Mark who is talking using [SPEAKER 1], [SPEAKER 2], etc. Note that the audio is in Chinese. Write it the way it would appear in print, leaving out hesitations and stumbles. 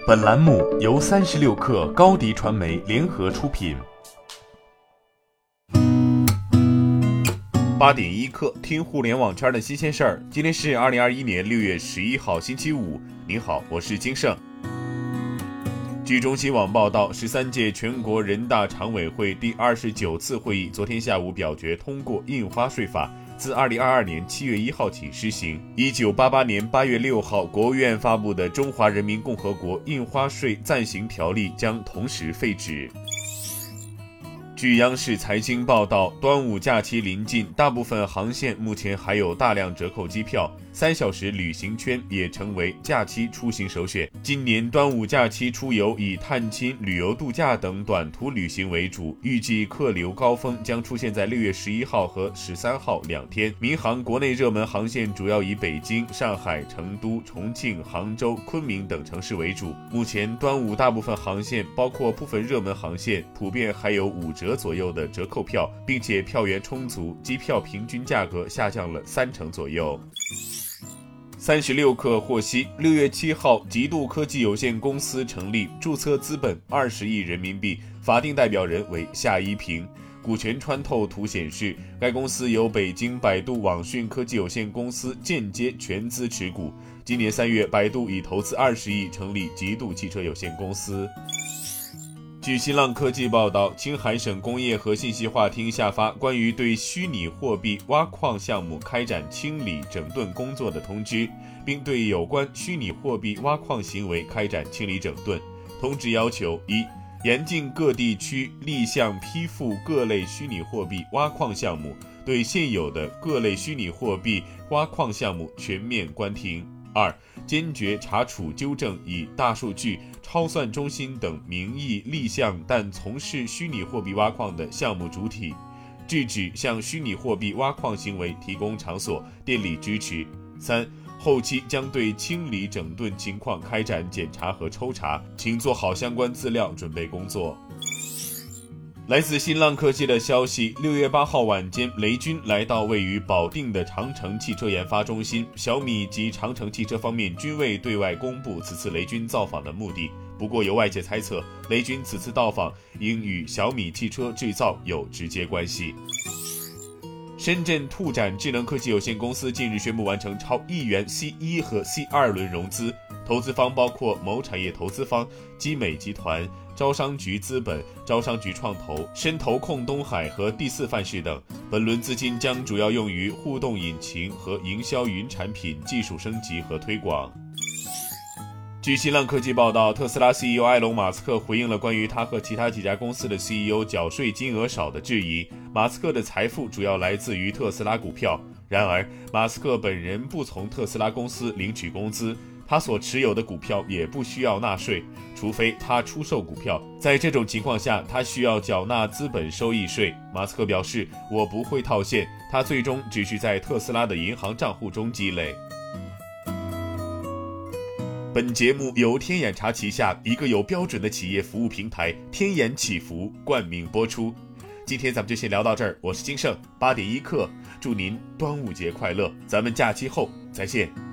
[SPEAKER 1] 本栏目由36氪高迪传媒联合出品。8点1刻，听互联网圈的新鲜事儿。今天是2021年6月11号，星期五。您好，我是金盛。据中新网报道，13届全国人大常委会第29次会议昨天下午表决通过印花税法，自2022年7月1号起施行。1988年8月6号，国务院发布的《中华人民共和国印花税暂行条例》将同时废止。据央视财经报道，端午假期临近，大部分航线目前还有大量折扣机票，3小时旅行圈也成为假期出行首选。今年端午假期出游以探亲、旅游度假等短途旅行为主，预计客流高峰将出现在6月11号和13号2天。民航国内热门航线主要以北京、上海、成都、重庆、杭州、昆明等城市为主。目前端午大部分航线，包括部分热门航线，普遍还有5折左右的折扣票，并且票源充足，机票平均价格下降了30%左右。36氪获悉，6月7号，极度科技有限公司成立，注册资本20亿人民币，法定代表人为夏一平。股权穿透图显示，该公司由北京百度网讯科技有限公司间接全资持股。今年3月，百度已投资20亿成立极度汽车有限公司。据新浪科技报道，青海省工业和信息化厅下发关于对虚拟货币挖矿项目开展清理整顿工作的通知，并对有关虚拟货币挖矿行为开展清理整顿。通知要求：一、严禁各地区立项批复各类虚拟货币挖矿项目，对现有的各类虚拟货币挖矿项目全面关停。2、坚决查处纠正以大数据、超算中心等名义立项但从事虚拟货币挖矿的项目主体，制止向虚拟货币挖矿行为提供场所、电力支持。3、后期将对清理整顿情况开展检查和抽查，请做好相关资料准备工作。来自新浪科技的消息，6月8号晚间，雷军来到位于保定的长城汽车研发中心，小米及长城汽车方面均未对外公布此次雷军造访的目的。不过有外界猜测，雷军此次到访应与小米汽车制造有直接关系。深圳兔展智能科技有限公司近日宣布完成超1亿元 C1 和 C2 轮融资，投资方包括某产业投资方、基美集团、招商局资本、招商局创投、深投控东海和第四范式等。本轮资金将主要用于互动引擎和营销云产品技术升级和推广。据新浪科技报道，特斯拉 CEO 埃隆·马斯克回应了关于他和其他几家公司的 CEO 缴税金额少的质疑。马斯克的财富主要来自于特斯拉股票，然而马斯克本人不从特斯拉公司领取工资，他所持有的股票也不需要纳税，除非他出售股票。在这种情况下，他需要缴纳资本收益税。马斯克表示，我不会套现，他最终只是在特斯拉的银行账户中积累。本节目由天眼查旗下一个有标准的企业服务平台天眼祈福冠名播出。今天咱们就先聊到这儿，我是金盛，8点1刻，祝您端午节快乐，咱们假期后再见。